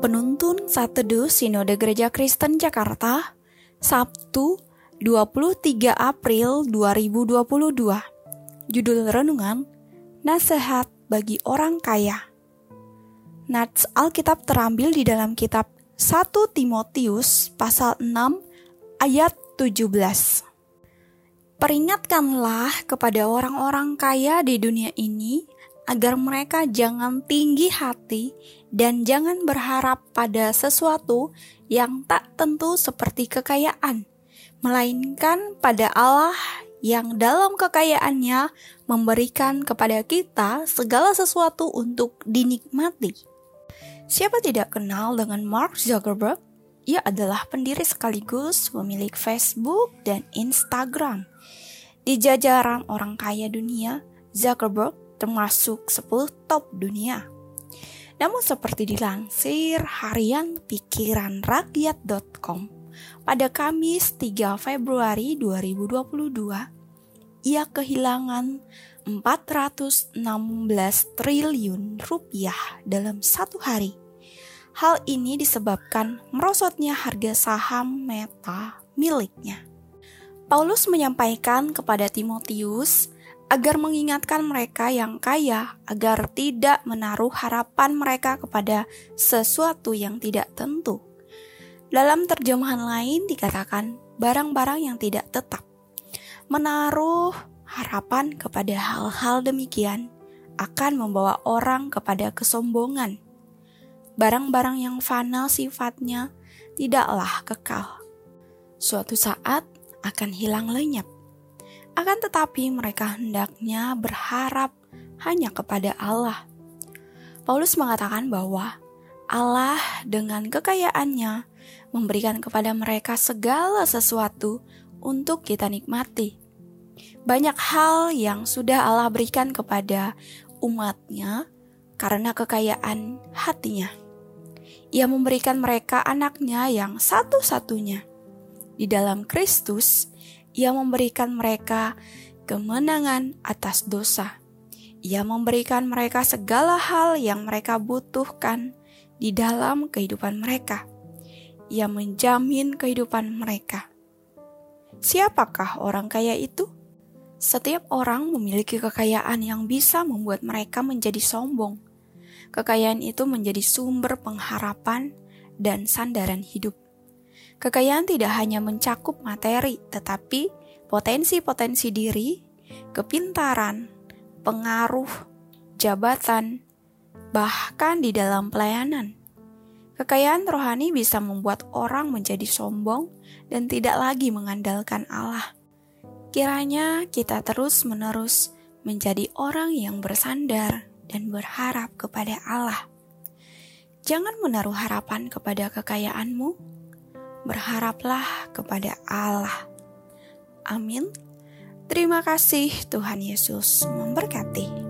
Penuntun Saat Teduh Sinode Gereja Kristen Jakarta, Sabtu 23 April 2022. Judul renungan, Nasihat bagi Orang Kaya. Nats Alkitab terambil di dalam kitab 1 Timotius pasal 6 ayat 17. Peringatkanlah kepada orang-orang kaya di dunia ini agar mereka jangan tinggi hati dan jangan berharap pada sesuatu yang tak tentu seperti kekayaan, melainkan pada Allah yang dalam kekayaannya memberikan kepada kita segala sesuatu untuk dinikmati. Siapa tidak kenal dengan Mark Zuckerberg? Ia adalah pendiri sekaligus pemilik Facebook dan Instagram. Di jajaran orang kaya dunia, Zuckerberg termasuk 10 top dunia. Namun seperti dilansir harian pikiranrakyat.com pada Kamis 3 Februari 2022, ia kehilangan 416 triliun rupiah dalam satu hari. Hal ini disebabkan merosotnya harga saham Meta miliknya. Paulus menyampaikan kepada Timotius agar mengingatkan mereka yang kaya agar tidak menaruh harapan mereka kepada sesuatu yang tidak tentu. Dalam terjemahan lain dikatakan barang-barang yang tidak tetap. Menaruh harapan kepada hal-hal demikian akan membawa orang kepada kesombongan. Barang-barang yang fana sifatnya tidaklah kekal. Suatu saat akan hilang lenyap. Akan tetapi mereka hendaknya berharap hanya kepada Allah. Paulus mengatakan bahwa Allah dengan kekayaannya memberikan kepada mereka segala sesuatu untuk kita nikmati. Banyak hal yang sudah Allah berikan kepada umatnya karena kekayaan hatinya. Ia memberikan mereka anaknya yang satu-satunya. Di dalam Kristus, Ia memberikan mereka kemenangan atas dosa. Ia memberikan mereka segala hal yang mereka butuhkan di dalam kehidupan mereka. Ia menjamin kehidupan mereka. Siapakah orang kaya itu? Setiap orang memiliki kekayaan yang bisa membuat mereka menjadi sombong. Kekayaan itu menjadi sumber pengharapan dan sandaran hidup. Kekayaan tidak hanya mencakup materi, tetapi potensi-potensi diri, kepintaran, pengaruh, jabatan, bahkan di dalam pelayanan. Kekayaan rohani bisa membuat orang menjadi sombong dan tidak lagi mengandalkan Allah. Kiranya kita terus-menerus menjadi orang yang bersandar dan berharap kepada Allah. Jangan menaruh harapan kepada kekayaanmu, berharaplah kepada Allah. Amin. Terima kasih, Tuhan Yesus memberkati.